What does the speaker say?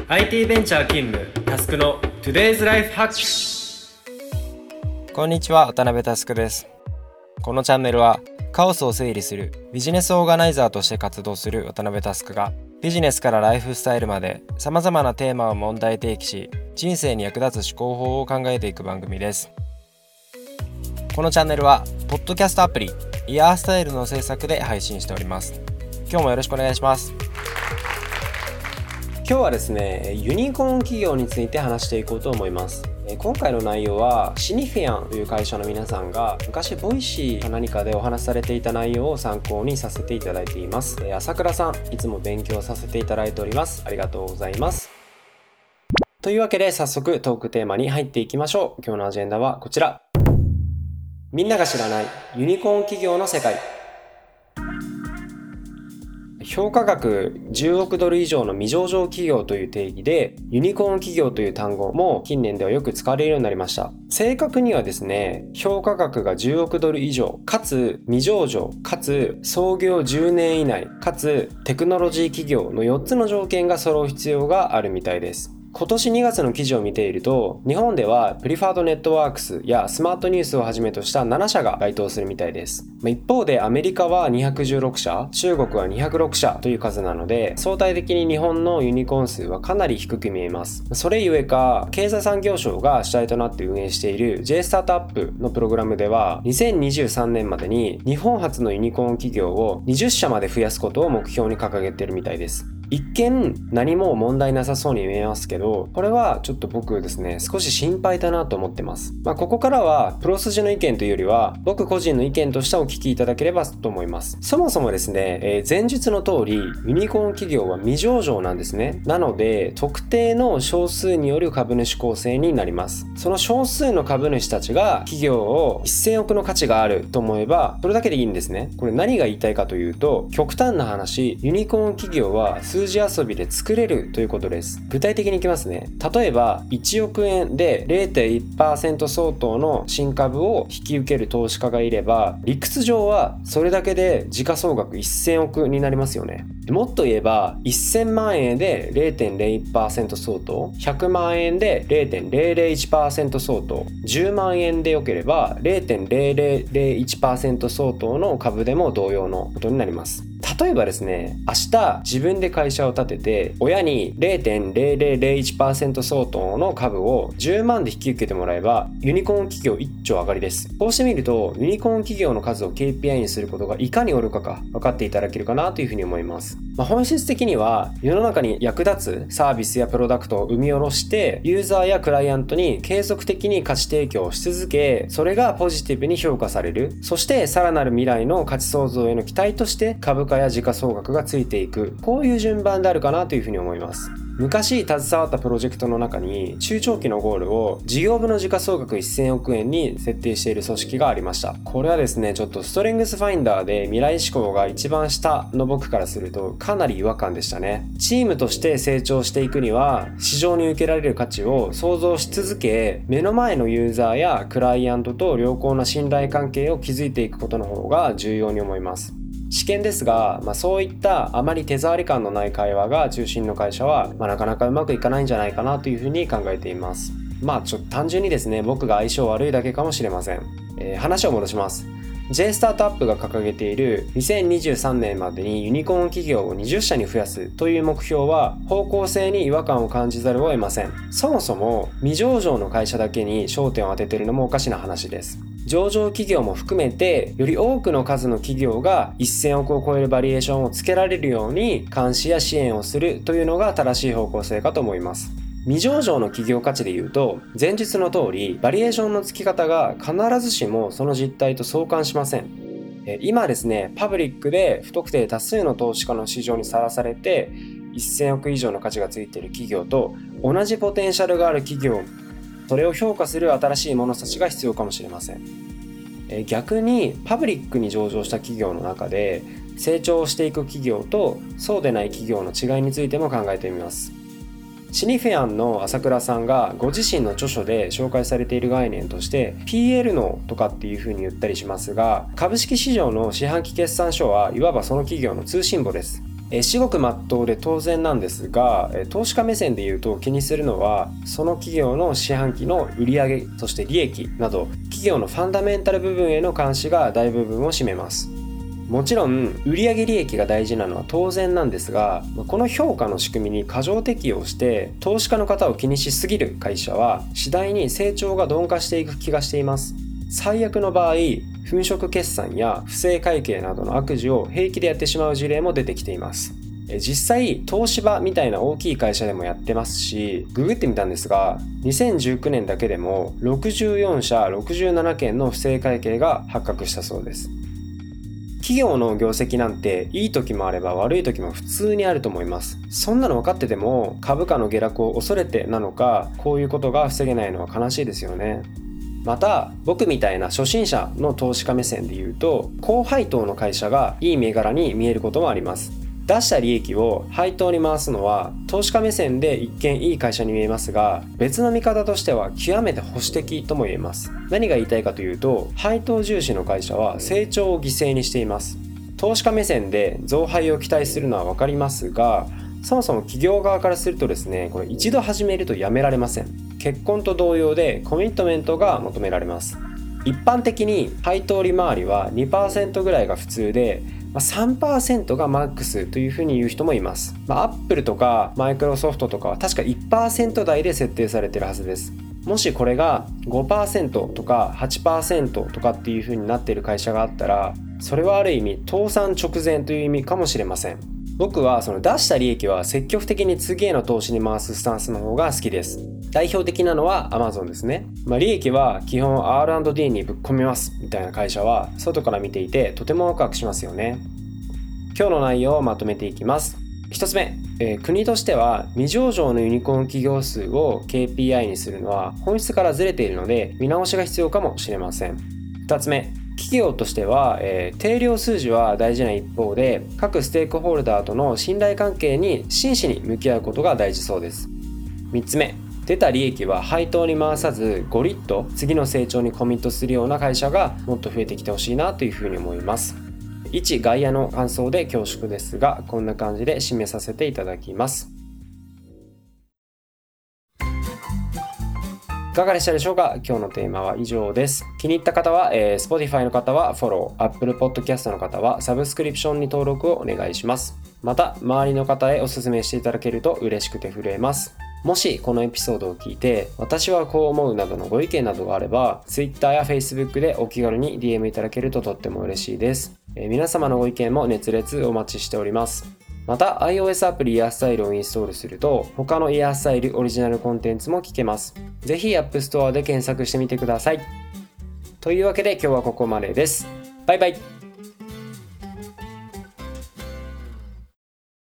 IT ベンチャー勤務タスクの Today's Life Hack。 こんにちは、渡辺タスクです。このチャンネルはカオスを整理するビジネスオーガナイザーとして活動する渡辺タスクがビジネスからライフスタイルまで様々なテーマを問題提起し、人生に役立つ思考法を考えていく番組です。このチャンネルはポッドキャストアプリイヤースタイルの制作で配信しております。今日もよろしくお願いします。 今日はですね、ユニコーン企業について話していこうと思います。今回の内容はシニフィアンという会社の皆さんが昔ボイシーか何かでお話しされていた内容を参考にさせていただいています。朝倉さん、いつも勉強させていただいております。ありがとうございます。というわけで早速トークテーマに入っていきましょう。今日のアジェンダはこちら。みんなが知らないユニコーン企業の世界。評価額10億ドル以上の未上場企業という定義でユニコーン企業という単語も近年ではよく使われるようになりました。正確にはですね、評価額が10億ドル以上かつ未上場かつ創業10年以内かつテクノロジー企業の4つの条件が揃う必要があるみたいです。今年2月の記事を見ていると、日本ではプリファードネットワークスやスマートニュースをはじめとした7社が該当するみたいです。一方でアメリカは216社、中国は206社という数なので、相対的に日本のユニコーン数はかなり低く見えます。それゆえか、経済産業省が主体となって運営している J スタートアップのプログラムでは、2023年までに日本初のユニコーン企業を20社まで増やすことを目標に掲げているみたいです。一見何も問題なさそうに見えますけど、これはちょっと僕ですね、少し心配だなと思ってます。ここからはプロ筋の意見というよりは僕個人の意見としてお聞きいただければと思います。そもそもですね、前述の通りユニコーン企業は未上場なんですね。なので特定の少数による株主構成になります。その少数の株主たちが企業を1000億の価値があると思えばそれだけでいいんですね。これ何が言いたいかというと、極端な話、ユニコーン企業は数字遊びで作れるということです。具体的にいきますね。例えば1億円で 0.1% 相当の新株を引き受ける投資家がいれば、理屈上はそれだけで時価総額1000億になりますよね。もっと言えば1000万円で 0.01% 相当、100万円で 0.001% 相当、10万円で良ければ 0.0001% 相当の株でも同様のことになります。例えばですね、明日自分で会社を立てて親に 0.0001% 相当の株を10万で引き受けてもらえばユニコーン企業1兆上がりです。こうしてみるとユニコーン企業の数を KPI にすることがいかに愚かか分かっていただけるかなというふうに思います。本質的には世の中に役立つサービスやプロダクトを生み下ろしてユーザーやクライアントに継続的に価値提供をし続け、それがポジティブに評価される。そしてさらなる未来の価値創造への期待として株価や時価総額がついていく、こういう順番であるかなというふうに思います。昔携わったプロジェクトの中に中長期のゴールを事業部の時価総額1000億円に設定している組織がありました。これはですね、ちょっとストレングスファインダーで未来志向が一番下の僕からするとかなり違和感でしたね。チームとして成長していくには市場に受けられる価値を創造し続け、目の前のユーザーやクライアントと良好な信頼関係を築いていくことの方が重要に思います。試験ですが、そういったあまり手触り感のない会話が中心の会社は、なかなかうまくいかないんじゃないかなというふうに考えています。ちょっと単純にですね、僕が相性悪いだけかもしれません。話を戻します。J スタートアップが掲げている2023年までにユニコーン企業を20社に増やすという目標は方向性に違和感を感じざるを得ません。そもそも未上場の会社だけに焦点を当てているのもおかしな話です。上場企業も含めてより多くの数の企業が1000億を超えるバリエーションをつけられるように監視や支援をするというのが正しい方向性かと思います。未上場の企業価値でいうと、前述の通りバリエーションの付き方が必ずしもその実態と相関しません。今ですね、パブリックで不特定多数の投資家の市場にさらされて1000億以上の価値がついている企業と同じポテンシャルがある企業、それを評価する新しい物差しが必要かもしれません。逆にパブリックに上場した企業の中で成長していく企業とそうでない企業の違いについても考えてみます。シニフィアンの朝倉さんがご自身の著書で紹介されている概念として PL のとかっていう風に言ったりしますが、株式市場の四半期決算書はいわばその企業の通信簿です。 至極真っ当で当然なんですが、投資家目線で言うと気にするのはその企業の四半期の売上、そして利益など企業のファンダメンタル部分への監視が大部分を占めます。もちろん売上利益が大事なのは当然なんですが、この評価の仕組みに過剰適用して投資家の方を気にしすぎる会社は次第に成長が鈍化していく気がしています。最悪の場合、粉飾決算や不正会計などの悪事を平気でやってしまう事例も出てきています。実際東芝みたいな大きい会社でもやってますし、ググってみたんですが2019年だけでも64社67件の不正会計が発覚したそうです。企業の業績なんていい時もあれば悪い時も普通にあると思います。そんなの分かってても株価の下落を恐れてなのか、こういうことが防げないのは悲しいですよね。また僕みたいな初心者の投資家目線で言うと、高配当の会社がいい銘柄に見えることもあります。出した利益を配当に回すのは投資家目線で一見いい会社に見えますが、別の見方としては極めて保守的とも言えます。何が言いたいかというと、配当重視の会社は成長を犠牲にしています。投資家目線で増配を期待するのは分かりますが、そもそも企業側からするとですね、これ一度始めるとやめられません。結婚と同様でコミットメントが求められます。一般的に配当利回りは 2% ぐらいが普通で、3% がマックスというふうに言う人もいます。アップルとかマイクロソフトとかは確か 1% 台で設定されているはずです。もしこれが 5% とか 8% とかっていうふうになっている会社があったら、それはある意味倒産直前という意味かもしれません。僕はその出した利益は積極的に次への投資に回すスタンスの方が好きです。代表的なのは Amazon ですね。利益は基本 R&D にぶっ込みますみたいな会社は外から見ていてとてもワクワクしますよね。今日の内容をまとめていきます。1つ目、国としては未上場のユニコーン企業数を KPI にするのは本質からずれているので見直しが必要かもしれません。2つ目、企業としては、定量数字は大事な一方で、各ステークホルダーとの信頼関係に真摯に向き合うことが大事そうです。3つ目、出た利益は配当に回さずゴリッと次の成長にコミットするような会社がもっと増えてきてほしいなというふうに思います。一外野の感想で恐縮ですが、こんな感じで締めさせていただきます。いかがでしたでしょうか。今日のテーマは以上です。気に入った方は、Spotify の方はフォロー、Apple Podcast の方はサブスクリプションに登録をお願いします。また周りの方へお勧めしていただけると嬉しくて震えます。もしこのエピソードを聞いて私はこう思うなどのご意見などがあれば Twitter や Facebook でお気軽に DM いただけるととっても嬉しいです。皆様のご意見も熱烈お待ちしております。また iOS アプリイヤースタイルをインストールすると他のイヤースタイルオリジナルコンテンツも聞けます。ぜひ App Store で検索してみてください。というわけで今日はここまでです。バイバイ。